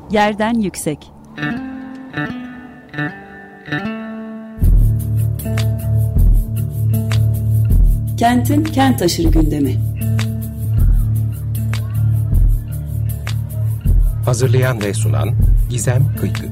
Yerden yüksek. Kentin kent aşırı gündemi. Hazırlayan ve sunan Gizem Kıykı.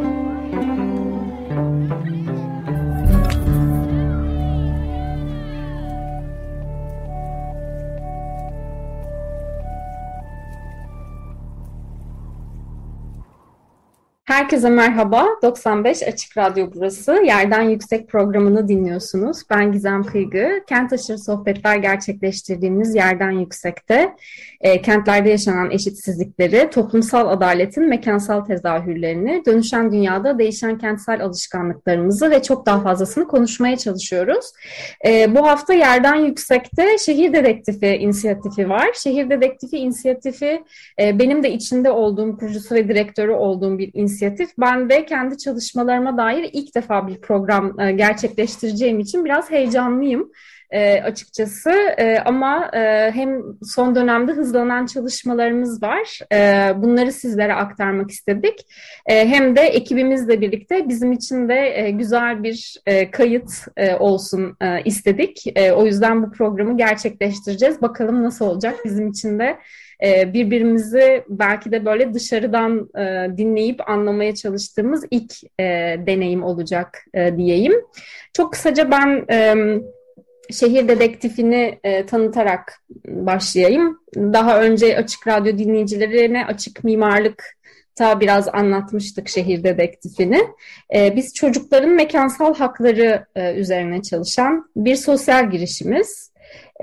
Herkese merhaba. 95 Açık Radyo burası. Yerden Yüksek programını dinliyorsunuz. Ben Gizem Kıygı. Kent aşırı sohbetler gerçekleştirdiğimiz Yerden Yüksek'te kentlerde yaşanan eşitsizlikleri, toplumsal adaletin mekansal tezahürlerini, dönüşen dünyada değişen kentsel alışkanlıklarımızı ve çok daha fazlasını konuşmaya çalışıyoruz. Bu hafta Yerden Yüksek'te Şehir Dedektifi inisiyatifi var. Şehir Dedektifi inisiyatifi benim de içinde olduğum, kurucusu ve direktörü olduğum bir inisiyatif. Ben de kendi çalışmalarıma dair ilk defa bir program gerçekleştireceğim için biraz heyecanlıyım açıkçası. Ama hem son dönemde hızlanan çalışmalarımız var. Bunları sizlere aktarmak istedik. Hem de ekibimizle birlikte bizim için de güzel bir kayıt olsun istedik. O yüzden bu programı gerçekleştireceğiz. Bakalım nasıl olacak bizim için de. Birbirimizi belki de böyle dışarıdan dinleyip anlamaya çalıştığımız ilk deneyim olacak diyeyim. Çok kısaca ben şehir dedektifini tanıtarak başlayayım. Daha önce Açık Radyo dinleyicilerine açık mimarlıkta biraz anlatmıştık şehir dedektifini. Biz çocukların mekansal hakları üzerine çalışan bir sosyal girişimiz.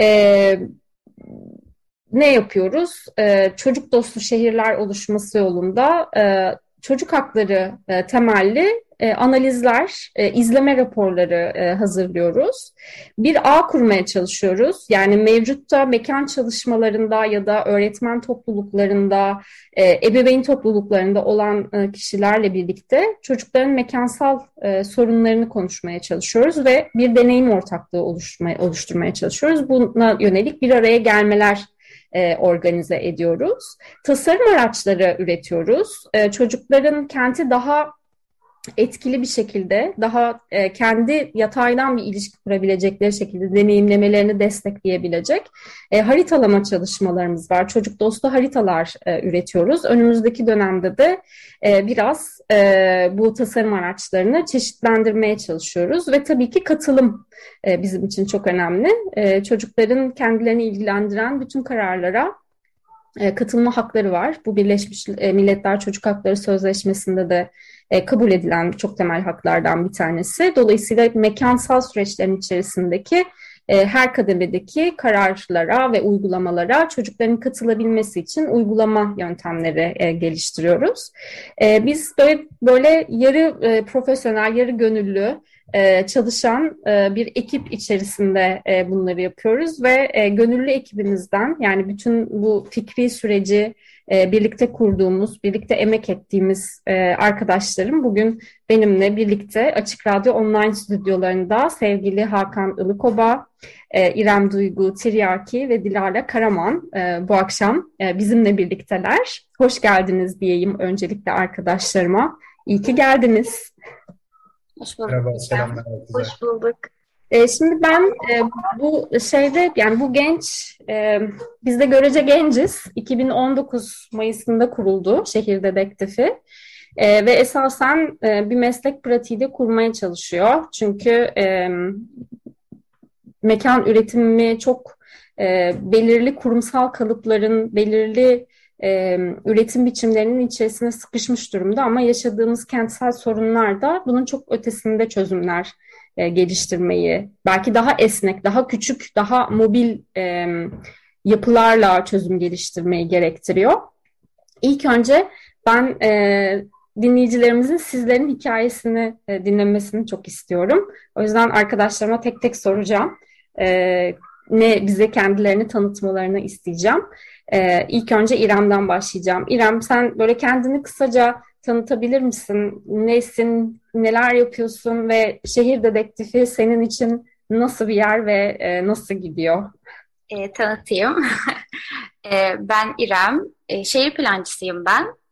Ne yapıyoruz? Çocuk dostu şehirler oluşması yolunda çocuk hakları temelli analizler, izleme raporları hazırlıyoruz. Bir ağ kurmaya çalışıyoruz. Yani mevcutta mekan çalışmalarında ya da öğretmen topluluklarında, ebeveyn topluluklarında olan kişilerle birlikte çocukların mekansal sorunlarını konuşmaya çalışıyoruz ve bir deneyim ortaklığı oluşturmaya çalışıyoruz. Buna yönelik bir araya gelmeler organize ediyoruz. Tasarım araçları üretiyoruz. Çocukların kenti daha etkili bir şekilde, daha kendi yataydan bir ilişki kurabilecekleri şekilde deneyimlemelerini destekleyebilecek haritalama çalışmalarımız var. Çocuk dostu haritalar üretiyoruz. Önümüzdeki dönemde de biraz bu tasarım araçlarını çeşitlendirmeye çalışıyoruz ve tabii ki katılım bizim için çok önemli. Çocukların kendilerini ilgilendiren bütün kararlara katılma hakları var. Bu Birleşmiş Milletler Çocuk Hakları Sözleşmesi'nde de kabul edilen çok temel haklardan bir tanesi. Dolayısıyla mekansal süreçlerin içerisindeki her kademedeki kararlara ve uygulamalara çocukların katılabilmesi için uygulama yöntemleri geliştiriyoruz. Biz böyle yarı profesyonel, yarı gönüllü çalışan bir ekip içerisinde bunları yapıyoruz ve gönüllü ekibimizden, yani bütün bu fikri süreci birlikte kurduğumuz, birlikte emek ettiğimiz arkadaşlarım bugün benimle birlikte Açık Radyo online stüdyolarında sevgili Hakan Ilıkoba, İrem Duygu Tiryaki ve Dilara Karaman bu akşam bizimle birlikteler. Hoş geldiniz diyeyim öncelikle arkadaşlarıma. İyi ki geldiniz. Hoş bulduk. Merhaba, selamlar. Hoş bulduk. Şimdi ben bu şeyde, yani bu genç, biz de görece genciz. 2019 Mayıs'ında kuruldu Şehir Dedektifi ve esasen bir meslek pratiği de kurmaya çalışıyor. Çünkü mekan üretimi çok belirli kurumsal kalıpların, belirli üretim biçimlerinin içerisine sıkışmış durumda ama yaşadığımız kentsel sorunlar da bunun çok ötesinde çözümler geliştirmeyi, belki daha esnek, daha küçük, daha mobil yapılarla çözüm geliştirmeyi gerektiriyor. İlk önce ben dinleyicilerimizin sizlerin hikayesini dinlemesini çok istiyorum. O yüzden arkadaşlarıma tek tek soracağım. Bize kendilerini tanıtmalarını isteyeceğim. İlk önce İrem'den başlayacağım. İrem, sen böyle kendini kısaca tanıtabilir misin? Nesin, neler yapıyorsun ve şehir dedektifi senin için nasıl bir yer ve nasıl gidiyor? Tanıtayım. Ben İrem, şehir plancısıyım ben.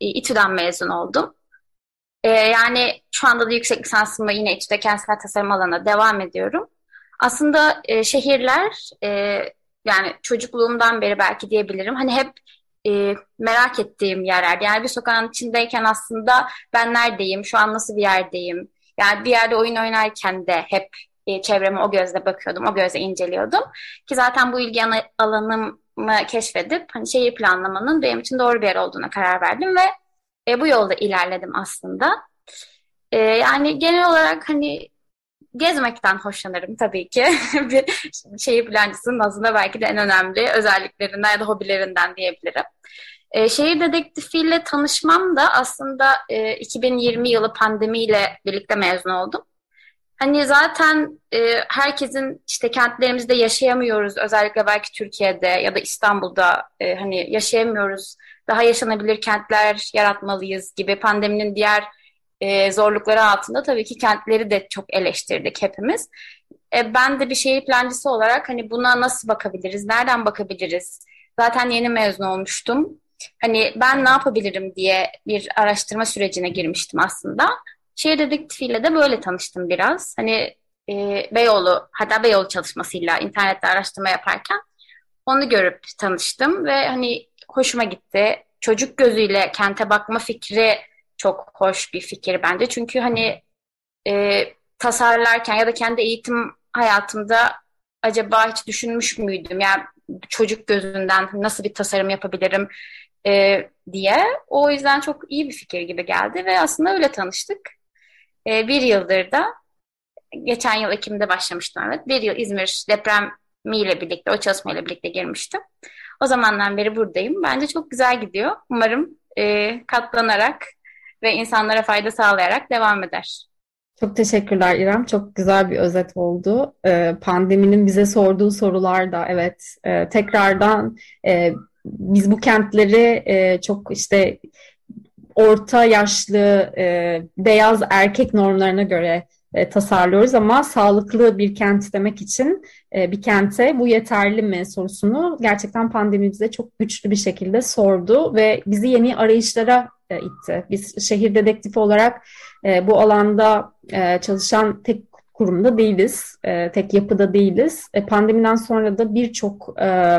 İTÜ'den mezun oldum. Yani şu anda da yüksek lisansımı yine İTÜ'de kentsel tasarım alanına devam ediyorum. Aslında şehirler yani çocukluğumdan beri belki diyebilirim. Hani hep merak ettiğim yerler. Yani bir sokağın içindeyken aslında ben neredeyim, şu an nasıl bir yerdeyim? Yani bir yerde oyun oynarken de hep çevreme o gözle bakıyordum, o gözle inceliyordum. Ki zaten bu ilgi alanımı keşfedip hani şehir planlamanın benim için doğru bir yer olduğuna karar verdim ve bu yolda ilerledim aslında. Yani genel olarak hani gezmekten hoşlanırım tabii ki. Bir şehir plancısının aslında belki de en önemli özelliklerinden ya da hobilerinden diyebilirim. Şehir dedektifiyle tanışmam da aslında 2020 yılı pandemiyle birlikte mezun oldum. Hani zaten herkesin işte kentlerimizde yaşayamıyoruz. Özellikle belki Türkiye'de ya da İstanbul'da hani yaşayamıyoruz. Daha yaşanabilir kentler yaratmalıyız gibi pandeminin diğer zorlukları altında tabii ki kentleri de çok eleştirdik hepimiz. Ben de bir şehir plancısı olarak hani buna nasıl bakabiliriz, nereden bakabiliriz? Zaten yeni mezun olmuştum. Hani ben ne yapabilirim diye bir araştırma sürecine girmiştim aslında. Şehir dedektifiyle de böyle tanıştım biraz. Hani Beyoğlu, hatta Beyoğlu çalışmasıyla internette araştırma yaparken onu görüp tanıştım ve hani hoşuma gitti. Çocuk gözüyle kente bakma fikri çok hoş bir fikir bence. Çünkü hani tasarlarken ya da kendi eğitim hayatımda acaba hiç düşünmüş müydüm? Yani çocuk gözünden nasıl bir tasarım yapabilirim diye. O yüzden çok iyi bir fikir gibi geldi ve aslında öyle tanıştık. Bir yıldır da geçen yıl Ekim'de başlamıştım, evet. Bir yıl İzmir depremiyle birlikte, o çalışmayla birlikte girmiştim. O zamandan beri buradayım. Bence çok güzel gidiyor. Umarım katlanarak ve insanlara fayda sağlayarak devam eder. Çok teşekkürler İrem. Çok güzel bir özet oldu. Pandeminin bize sorduğu sorular da evet tekrardan biz bu kentleri çok işte orta yaşlı beyaz erkek normlarına göre tasarlıyoruz ama sağlıklı bir kent demek için bir kente bu yeterli mi sorusunu gerçekten pandemi bize çok güçlü bir şekilde sordu ve bizi yeni arayışlara itti. Biz şehir dedektifi olarak bu alanda çalışan tek kurumda değiliz, tek yapıda değiliz. Pandemiden sonra da birçok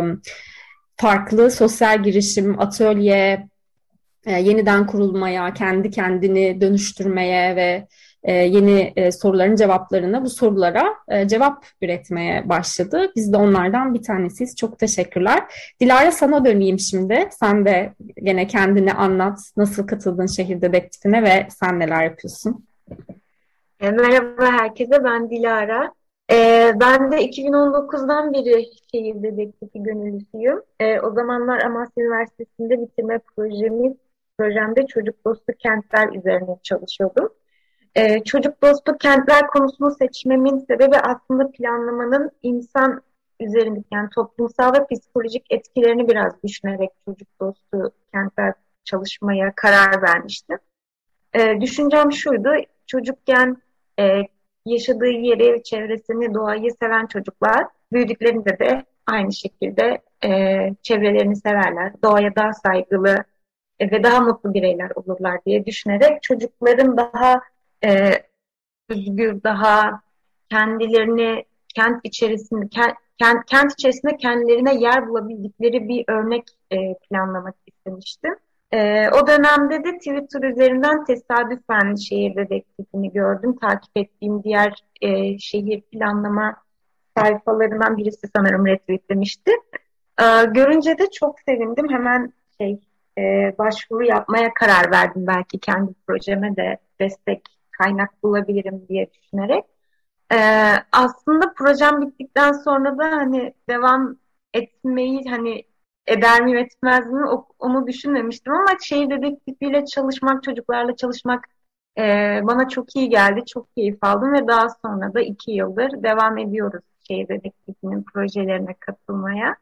farklı sosyal girişim, atölye, yeniden kurulmaya, kendi kendini dönüştürmeye ve yeni soruların cevaplarına, bu sorulara cevap üretmeye başladı. Biz de onlardan bir tanesiyiz. Çok teşekkürler. Dilara, sana döneyim şimdi. Sen de gene kendini anlat. Nasıl katıldın şehir dedektifine ve sen neler yapıyorsun? Merhaba herkese, ben Dilara. Ben de 2019'dan beri şehir dedektifi gönüllüsüyüm. O zamanlar Amasya Üniversitesi'nde bitirme projemde çocuk dostu kentler üzerine çalışıyordum. Çocuk dostu kentler konusunu seçmemin sebebi aslında planlamanın insan üzerindeki, yani toplumsal ve psikolojik etkilerini biraz düşünerek çocuk dostu kentler çalışmaya karar vermiştim. Düşüncem şuydu: çocukken yaşadığı yeri, çevresini, doğayı seven çocuklar büyüdüklerinde de aynı şekilde çevrelerini severler, doğaya daha saygılı ve daha mutlu bireyler olurlar diye düşünerek çocukların daha özgür, daha kendilerini kent içerisinde kendilerine yer bulabildikleri bir örnek planlamak istemiştim. O dönemde de Twitter üzerinden tesadüfen şehir dedektifini gördüm. Takip ettiğim diğer şehir planlama sayfalarından birisi sanırım retweetlemişti. Görünce de çok sevindim. Hemen başvuru yapmaya karar verdim. Belki kendi projeme de destek kaynak bulabilirim diye düşünerek. Aslında projem bittikten sonra da hani devam etmeyi hani eder miyim etmez mi onu düşünmemiştim ama şehir dedektifiyle çalışmak, çocuklarla çalışmak bana çok iyi geldi. Çok keyif aldım ve daha sonra da 2 yıldır devam ediyoruz şehir dedektifinin projelerine katılmaya.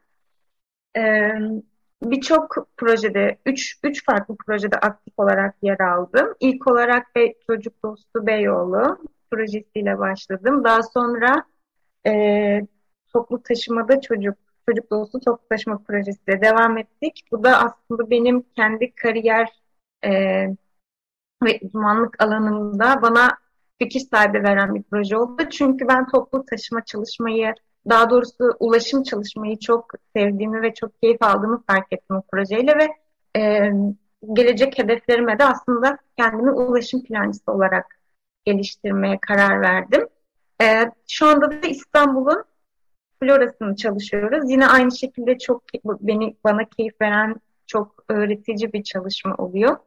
Birçok projede, 3 farklı projede aktif olarak yer aldım. İlk olarak Çocuk Dostu Beyoğlu projesiyle başladım. Daha sonra toplu taşımada çocuk dostu toplu taşıma projesiyle devam ettik. Bu da aslında benim kendi kariyer ve uzmanlık alanımda bana fikir sahibi veren bir proje oldu. Çünkü ben toplu taşıma çalışmayı, daha doğrusu ulaşım çalışmayı çok sevdiğimi ve çok keyif aldığımı fark ettim o projeyle ve gelecek hedeflerime de aslında kendimi ulaşım plancısı olarak geliştirmeye karar verdim. Şu anda da İstanbul'un Flora'sını çalışıyoruz. Yine aynı şekilde çok bana keyif veren, çok öğretici bir çalışma oluyor.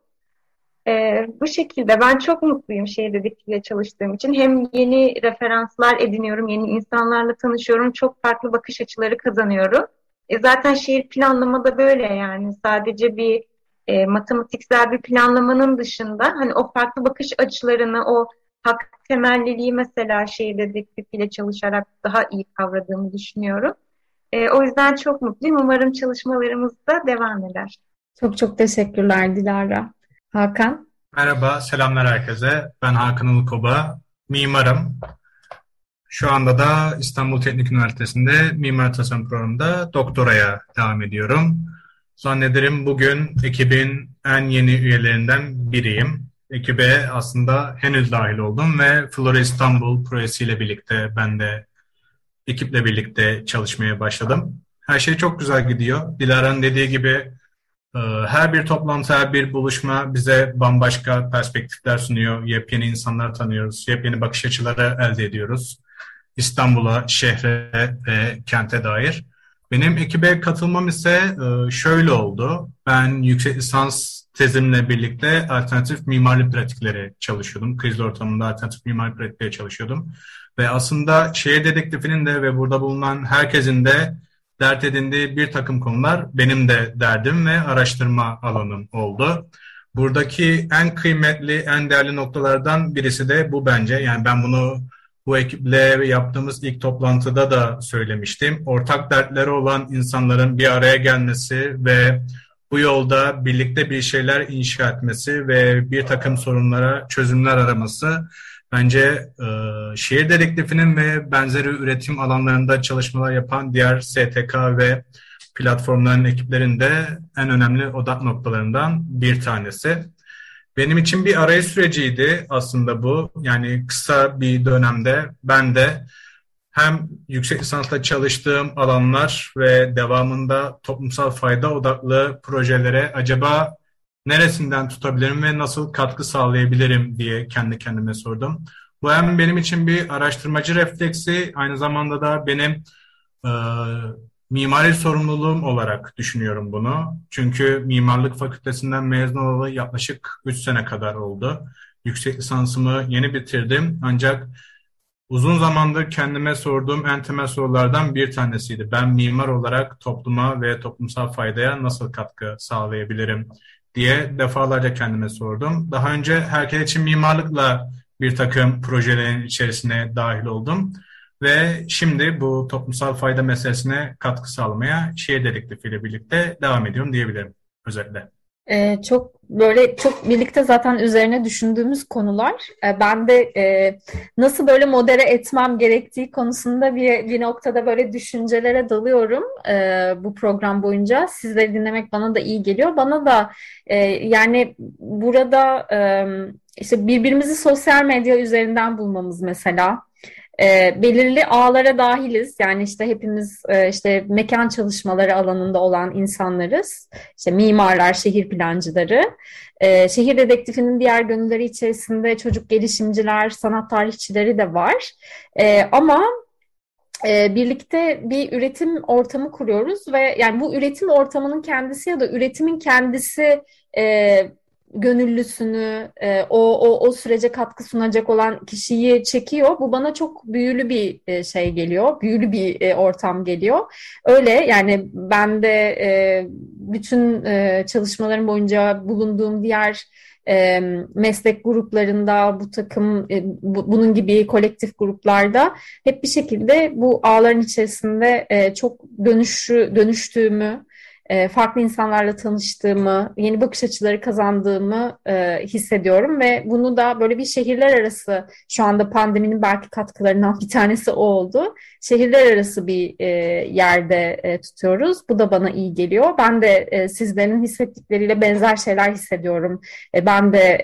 Bu şekilde ben çok mutluyum şehir dedektifiyle çalıştığım için. Hem yeni referanslar ediniyorum, yeni insanlarla tanışıyorum, çok farklı bakış açıları kazanıyorum. Zaten şehir planlama da böyle yani sadece bir matematiksel bir planlamanın dışında hani o farklı bakış açılarını, o hak temelliliği mesela şehir dedektifiyle çalışarak daha iyi kavradığımı düşünüyorum. O yüzden çok mutluyum. Umarım çalışmalarımız da devam eder. Çok çok teşekkürler Dilara. Hakan? Merhaba, selamlar herkese. Ben Hakan Ulukoba, mimarım. Şu anda da İstanbul Teknik Üniversitesi'nde Mimar Tasarım Programı'nda doktoraya devam ediyorum. Zannederim bugün ekibin en yeni üyelerinden biriyim. Ekibe aslında henüz dahil oldum ve Flora İstanbul projesiyle birlikte ben de ekiple birlikte çalışmaya başladım. Her şey çok güzel gidiyor. Dilara'nın dediği gibi her bir toplantı, her bir buluşma bize bambaşka perspektifler sunuyor. Yepyeni insanlar tanıyoruz, yepyeni bakış açıları elde ediyoruz. İstanbul'a, şehre ve kente dair. Benim ekibe katılmam ise şöyle oldu. Ben yüksek lisans tezimle birlikte alternatif mimari pratikleri çalışıyordum. Krizli ortamında alternatif mimari pratikleri çalışıyordum. Ve aslında şehir dedektifinin de ve burada bulunan herkesin de dert edindiği bir takım konular benim de derdim ve araştırma alanım oldu. Buradaki en kıymetli, en değerli noktalardan birisi de bu bence. Yani ben bunu bu ekiple yaptığımız ilk toplantıda da söylemiştim. Ortak dertleri olan insanların bir araya gelmesi ve bu yolda birlikte bir şeyler inşa etmesi ve bir takım sorunlara çözümler araması bence şehir dedektifinin ve benzeri üretim alanlarında çalışmalar yapan diğer STK ve platformların ekiplerin de en önemli odak noktalarından bir tanesi. Benim için bir arayış süreciydi aslında bu. Yani kısa bir dönemde ben de hem yüksek lisansla çalıştığım alanlar ve devamında toplumsal fayda odaklı projelere acaba neresinden tutabilirim ve nasıl katkı sağlayabilirim diye kendi kendime sordum. Bu hem benim için bir araştırmacı refleksi, aynı zamanda da benim mimari sorumluluğum olarak düşünüyorum bunu. Çünkü mimarlık fakültesinden mezun olalı yaklaşık 3 sene kadar oldu. Yüksek lisansımı yeni bitirdim ancak uzun zamandır kendime sorduğum en temel sorulardan bir tanesiydi. Ben mimar olarak topluma ve toplumsal faydaya nasıl katkı sağlayabilirim diye defalarca kendime sordum. Daha önce herkes için mimarlıkla bir takım projelerin içerisine dahil oldum. Ve şimdi bu toplumsal fayda meselesine katkı sağlamaya şehir dedektifiyle birlikte devam ediyorum diyebilirim özetle. Çok birlikte zaten üzerine düşündüğümüz konular. Ben de nasıl böyle modere etmem gerektiği konusunda bir noktada böyle düşüncelere dalıyorum bu program boyunca. Sizleri dinlemek bana da iyi geliyor. Bana da yani burada işte birbirimizi sosyal medya üzerinden bulmamız mesela. Belirli ağlara dahiliz. Yani işte hepimiz işte mekan çalışmaları alanında olan insanlarız. İşte mimarlar, şehir plancıları. Şehir dedektifinin diğer gönülleri içerisinde çocuk gelişimciler, sanat tarihçileri de var. Ama birlikte bir üretim ortamı kuruyoruz ve yani bu üretim ortamının kendisi ya da üretimin kendisi gönüllüsünü, o sürece katkı sunacak olan kişiyi çekiyor. Bu bana çok büyülü bir şey geliyor, büyülü bir ortam geliyor. Öyle yani ben de bütün çalışmalarım boyunca bulunduğum diğer meslek gruplarında bu takım bunun gibi kolektif gruplarda hep bir şekilde bu ağların içerisinde çok dönüştüğümü farklı insanlarla tanıştığımı, yeni bakış açıları kazandığımı hissediyorum ve bunu da böyle bir şehirler arası, şu anda pandeminin belki katkılarından bir tanesi o oldu. Şehirler arası bir yerde tutuyoruz. Bu da bana iyi geliyor. Ben de sizlerin hissettikleriyle benzer şeyler hissediyorum. Ben de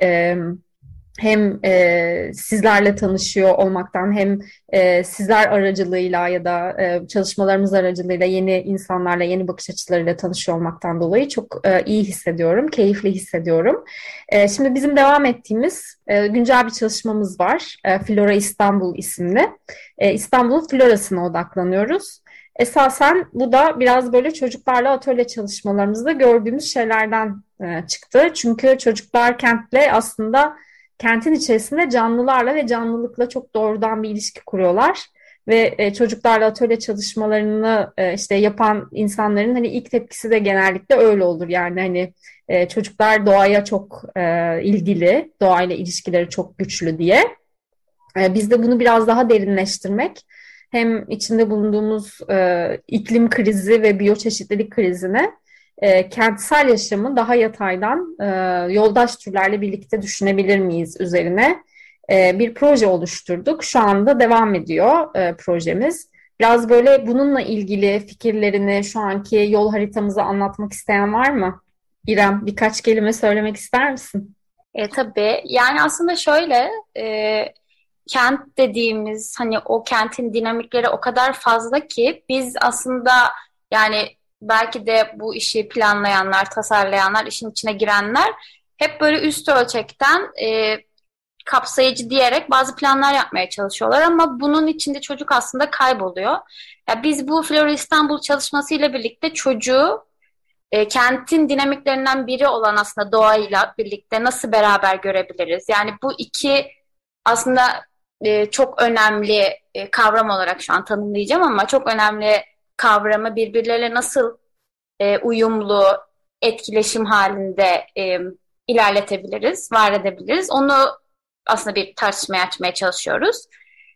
hem sizlerle tanışıyor olmaktan hem sizler aracılığıyla ya da çalışmalarımız aracılığıyla yeni insanlarla, yeni bakış açılarıyla tanışıyor olmaktan dolayı çok iyi hissediyorum, keyifli hissediyorum. Şimdi bizim devam ettiğimiz güncel bir çalışmamız var. Flora İstanbul isimli. İstanbul'un florasına odaklanıyoruz. Esasen bu da biraz böyle çocuklarla atölye çalışmalarımızda gördüğümüz şeylerden çıktı. Çünkü çocuklar kentle aslında kentin içerisinde canlılarla ve canlılıkla çok doğrudan bir ilişki kuruyorlar ve çocuklarla atölye çalışmalarını işte yapan insanların hani ilk tepkisi de genellikle öyle olur. Yani hani çocuklar doğaya çok ilgili, doğayla ilişkileri çok güçlü diye. Biz de bunu biraz daha derinleştirmek, hem içinde bulunduğumuz iklim krizi ve biyoçeşitlilik krizine kentsel yaşamı daha yataydan yoldaş türlerle birlikte düşünebilir miyiz üzerine bir proje oluşturduk. Şu anda devam ediyor projemiz. Biraz böyle bununla ilgili fikirlerini, şu anki yol haritamızı anlatmak isteyen var mı? İrem, birkaç kelime söylemek ister misin? Tabii. Yani aslında şöyle, kent dediğimiz hani o kentin dinamikleri o kadar fazla ki biz aslında yani belki de bu işi planlayanlar, tasarlayanlar, işin içine girenler hep böyle üst ölçekten kapsayıcı diyerek bazı planlar yapmaya çalışıyorlar ama bunun içinde çocuk aslında kayboluyor. Ya biz bu Flora İstanbul çalışmasıyla birlikte çocuğu kentin dinamiklerinden biri olan aslında doğayla birlikte nasıl beraber görebiliriz? Yani bu iki aslında çok önemli kavram olarak şu an tanımlayacağım ama çok önemli kavramı birbirleriyle nasıl uyumlu, etkileşim halinde ilerletebiliriz, var edebiliriz. Onu aslında bir tartışmaya açmaya çalışıyoruz.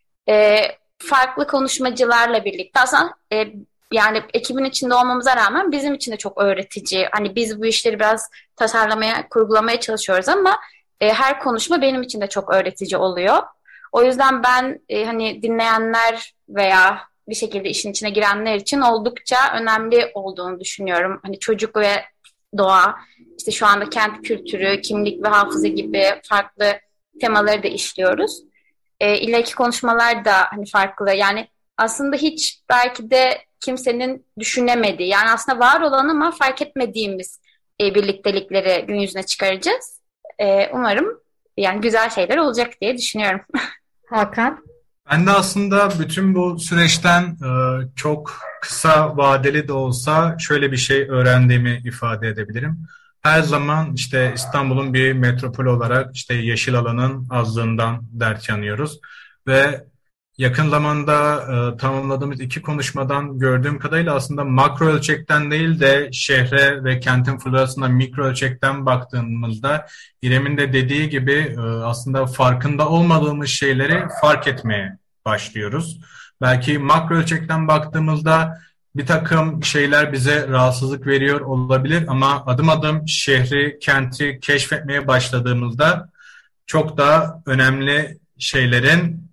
Farklı konuşmacılarla birlikte aslında yani ekibin içinde olmamıza rağmen bizim için de çok öğretici. Hani biz bu işleri biraz tasarlamaya, kurgulamaya çalışıyoruz ama her konuşma benim için de çok öğretici oluyor. O yüzden ben hani dinleyenler veya bir şekilde işin içine girenler için oldukça önemli olduğunu düşünüyorum. Hani çocuk ve doğa, işte şu anda kent kültürü, kimlik ve hafıza gibi farklı temaları da işliyoruz. İleriki konuşmalar da hani farklı. Yani aslında hiç belki de kimsenin düşünemediği, yani aslında var olan ama fark etmediğimiz birliktelikleri gün yüzüne çıkaracağız. Umarım yani güzel şeyler olacak diye düşünüyorum. Hakan? Ben de aslında bütün bu süreçten çok kısa vadeli de olsa şöyle bir şey öğrendiğimi ifade edebilirim. Her zaman işte İstanbul'un bir metropol olarak işte yeşil alanın azlığından dert yanıyoruz ve yakın zamanda tamamladığımız iki konuşmadan gördüğüm kadarıyla aslında makro ölçekten değil de şehre ve kentin florasına mikro ölçekten baktığımızda İrem'in de dediği gibi aslında farkında olmadığımız şeyleri fark etmeye başlıyoruz. Belki makro ölçekten baktığımızda bir takım şeyler bize rahatsızlık veriyor olabilir ama adım adım şehri, kenti keşfetmeye başladığımızda çok daha önemli şeylerin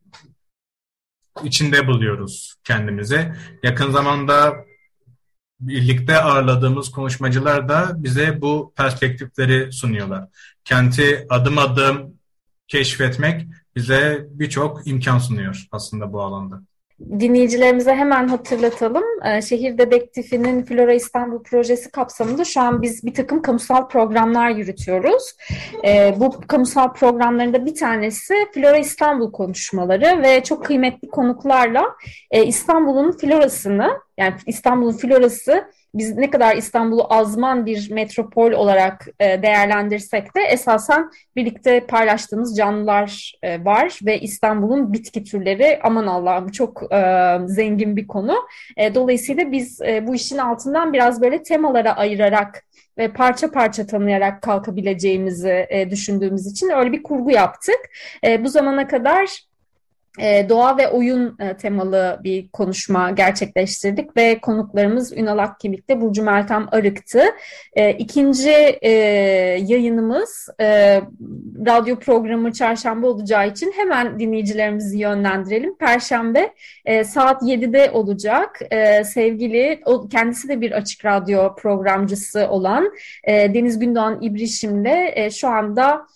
içinde buluyoruz kendimizi. Yakın zamanda birlikte ağırladığımız konuşmacılar da bize bu perspektifleri sunuyorlar. Kenti adım adım keşfetmek bize birçok imkan sunuyor aslında bu alanda. Dinleyicilerimize hemen hatırlatalım. Şehir Dedektifi'nin Flora İstanbul projesi kapsamında şu an biz bir takım kamusal programlar yürütüyoruz. Bu kamusal programlarında bir tanesi Flora İstanbul konuşmaları ve çok kıymetli konuklarla İstanbul'un florasını, yani İstanbul'un florası, biz ne kadar İstanbul'u azman bir metropol olarak değerlendirsek de esasen birlikte paylaştığımız canlılar var ve İstanbul'un bitki türleri, aman Allah'ım, çok zengin bir konu. Dolayısıyla biz bu işin altından biraz böyle temalara ayırarak ve parça parça tanıyarak kalkabileceğimizi düşündüğümüz için öyle bir kurgu yaptık. Bu zamana kadar doğa ve oyun temalı bir konuşma gerçekleştirdik ve konuklarımız Ünal Akkemik de Burcu Meltem Arık'tı. İkinci yayınımız radyo programı çarşamba olacağı için hemen dinleyicilerimizi yönlendirelim. Perşembe saat 7'de olacak. Sevgili, kendisi de bir açık radyo programcısı olan Deniz Gündoğan İbrişim'le şu anda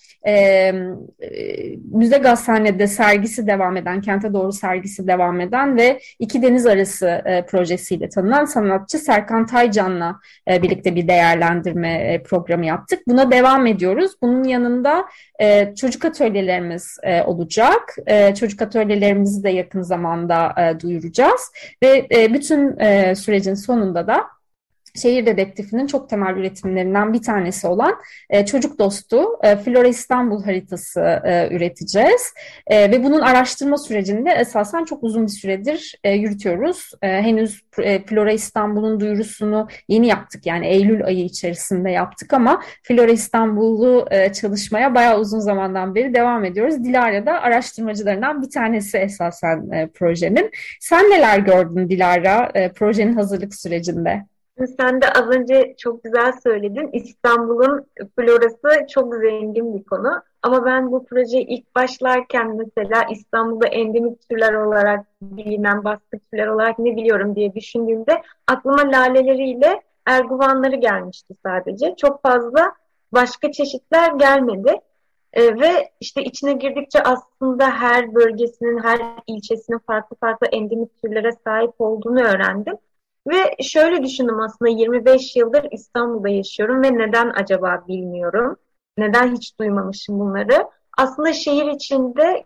Müze Gazhane'de sergisi devam eden, Kente Doğru sergisi devam eden ve İki Deniz Arası projesiyle tanınan sanatçı Serkan Taycan'la birlikte bir değerlendirme programı yaptık. Buna devam ediyoruz. Bunun yanında çocuk atölyelerimiz olacak. Çocuk atölyelerimizi de yakın zamanda duyuracağız ve bütün sürecin sonunda da Şehir Dedektifi'nin çok temel üretimlerinden bir tanesi olan çocuk dostu Flora İstanbul haritası üreteceğiz. Ve bunun araştırma sürecinde esasen çok uzun bir süredir yürütüyoruz. Henüz Flora İstanbul'un duyurusunu yeni yaptık, yani Eylül ayı içerisinde yaptık ama Flora İstanbul'u çalışmaya bayağı uzun zamandan beri devam ediyoruz. Dilara da araştırmacılarından bir tanesi esasen projenin. Sen neler gördün Dilara projenin hazırlık sürecinde? Sen de az önce çok güzel söyledin. İstanbul'un florası çok zengin bir konu. Ama ben bu projeye ilk başlarken mesela İstanbul'da endemik türler olarak bilinen baskın türler olarak ne biliyorum diye düşündüğümde aklıma laleleriyle erguvanları gelmişti sadece. Çok fazla başka çeşitler gelmedi. Ve işte içine girdikçe aslında her bölgesinin, her ilçesinin farklı farklı endemik türlere sahip olduğunu öğrendim. Ve şöyle düşündüm, aslında 25 yıldır İstanbul'da yaşıyorum ve neden acaba bilmiyorum. Neden hiç duymamışım bunları. Aslında şehir içinde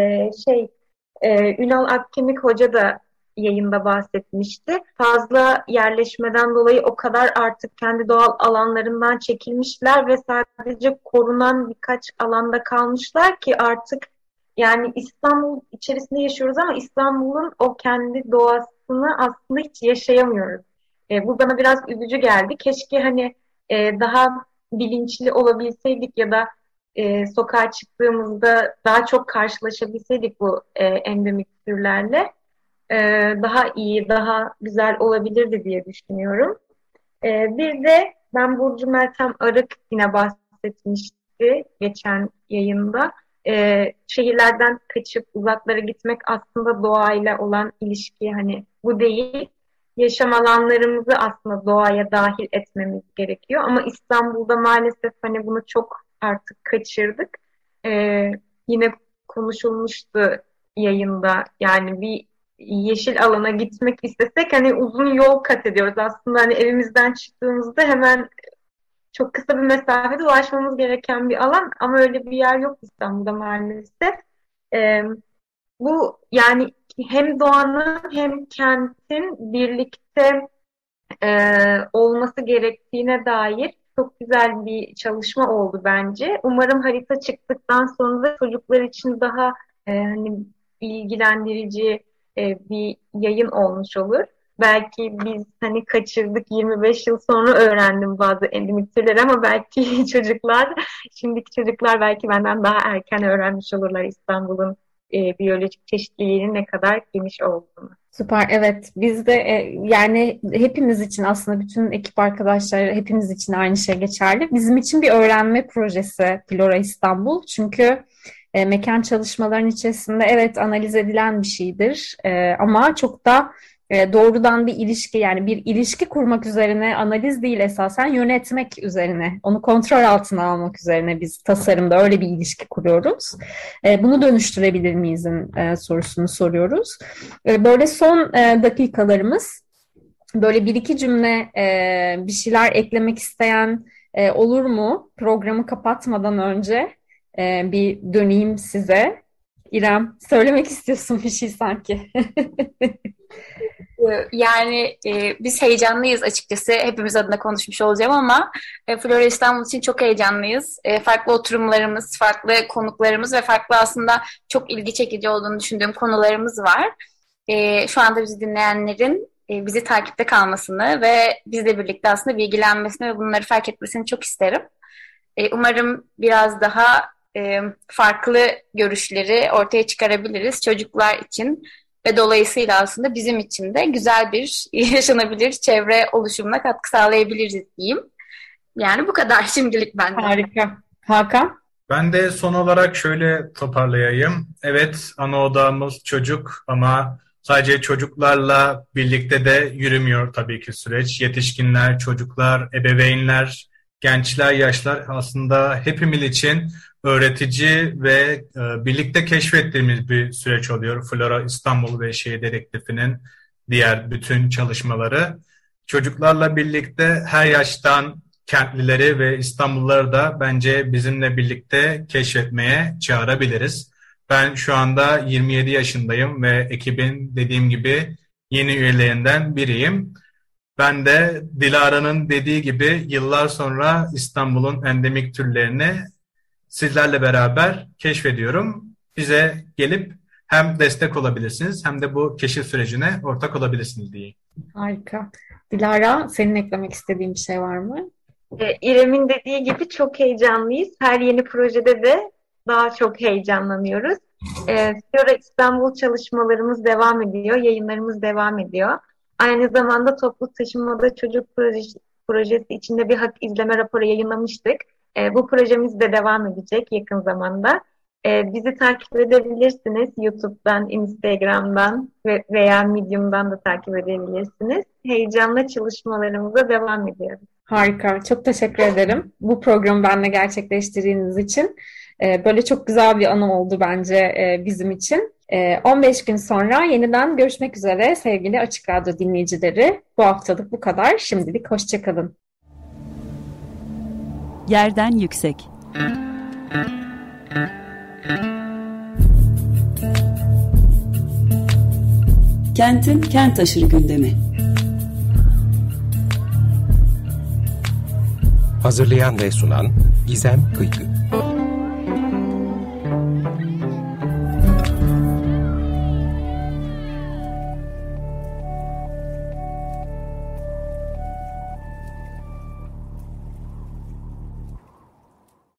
Ünal Akkemik Hoca da yayında bahsetmişti. Fazla yerleşmeden dolayı o kadar artık kendi doğal alanlarından çekilmişler ve sadece korunan birkaç alanda kalmışlar ki artık yani İstanbul içerisinde yaşıyoruz ama İstanbul'un o kendi doğasını aslında hiç yaşayamıyoruz. Bu bana biraz üzücü geldi. Keşke hani daha bilinçli olabilseydik ya da sokağa çıktığımızda daha çok karşılaşabilseydik bu endemik türlerle daha iyi, daha güzel olabilirdi diye düşünüyorum. Bir de ben Burcu Meltem Arık yine bahsetmişti geçen yayında. Şehirlerden kaçıp uzaklara gitmek aslında doğayla olan ilişki hani bu değil. Yaşam alanlarımızı aslında doğaya dahil etmemiz gerekiyor. Ama İstanbul'da maalesef hani bunu çok artık kaçırdık. Yine konuşulmuştu yayında. Yani bir yeşil alana gitmek istesek hani uzun yol kat ediyoruz. Aslında hani evimizden çıktığımızda hemen çok kısa bir mesafede ulaşmamız gereken bir alan ama öyle bir yer yok İstanbul'da maalesef. Bu yani hem doğanın hem kentin birlikte olması gerektiğine dair çok güzel bir çalışma oldu bence. Umarım harita çıktıktan sonra da çocuklar için daha hani ilgilendirici bir yayın olmuş olur. Belki biz hani kaçırdık, 25 yıl sonra öğrendim bazı endemik türleri ama belki şimdiki çocuklar belki benden daha erken öğrenmiş olurlar İstanbul'un biyolojik çeşitliliğinin ne kadar geniş olduğunu. Süper, evet. Biz de yani hepimiz için aslında bütün ekip arkadaşlar hepimiz için aynı şey geçerli. Bizim için bir öğrenme projesi Flora İstanbul. Çünkü mekan çalışmaların içerisinde evet analiz edilen bir şeydir ama çok da doğrudan bir ilişki, yani bir ilişki kurmak üzerine analiz değil, esasen yönetmek üzerine, onu kontrol altına almak üzerine biz tasarımda öyle bir ilişki kuruyoruz. Bunu dönüştürebilir miyizin sorusunu soruyoruz. Böyle son dakikalarımız, böyle bir iki cümle bir şeyler eklemek isteyen olur mu? Programı kapatmadan önce bir döneyim size. İrem, söylemek istiyorsun bir şey sanki. Yani biz heyecanlıyız açıkçası. Hepimiz adına konuşmuş olacağım ama Flora İstanbul için çok heyecanlıyız. Farklı oturumlarımız, farklı konuklarımız ve farklı aslında çok ilgi çekici olduğunu düşündüğüm konularımız var. Şu anda bizi dinleyenlerin bizi takipte kalmasını ve bizle birlikte aslında bilgilenmesini ve bunları fark etmesini çok isterim. Umarım biraz daha farklı görüşleri ortaya çıkarabiliriz çocuklar için ve dolayısıyla aslında bizim için de güzel bir yaşanabilir çevre oluşumuna katkı sağlayabiliriz diyeyim. Yani bu kadar şimdilik benden. Harika. Hakan? Ben de son olarak şöyle toparlayayım. Evet, ana odağımız çocuk ama sadece çocuklarla birlikte de yürümüyor tabii ki süreç. Yetişkinler, çocuklar, ebeveynler, gençler, yaşlar aslında hepimiz için öğretici ve birlikte keşfettiğimiz bir süreç oluyor. Flora İstanbul ve Şehir Dedektifi'nin diğer bütün çalışmaları. Çocuklarla birlikte her yaştan kentlileri ve İstanbulluları da bence bizimle birlikte keşfetmeye çağırabiliriz. Ben şu anda 27 yaşındayım ve ekibin dediğim gibi yeni üyelerinden biriyim. Ben de Dilara'nın dediği gibi yıllar sonra İstanbul'un endemik türlerini sizlerle beraber keşfediyorum. Bize gelip hem destek olabilirsiniz hem de bu keşif sürecine ortak olabilirsiniz diye. Harika. Dilara, senin eklemek istediğin bir şey var mı? İrem'in dediği gibi çok heyecanlıyız. Her yeni projede de daha çok heyecanlanıyoruz. Flora İstanbul çalışmalarımız devam ediyor, yayınlarımız devam ediyor. Aynı zamanda toplu taşımada çocuk projesi içinde bir hak izleme raporu yayınlamıştık. Bu projemiz de devam edecek yakın zamanda. Bizi takip edebilirsiniz. YouTube'dan, Instagram'dan veya Medium'dan da takip edebilirsiniz. Heyecanla çalışmalarımıza devam ediyoruz. Harika. Çok teşekkür ederim. Bu programı benimle gerçekleştirdiğiniz için. Böyle çok güzel bir anı oldu bence bizim için. 15 gün sonra yeniden görüşmek üzere sevgili Açık Radyo dinleyicileri. Bu haftalık bu kadar. Şimdilik hoşça kalın. Yerden yüksek. Kentin kent aşırı gündemi. Hazırlayan ve sunan Gizem Kıykı.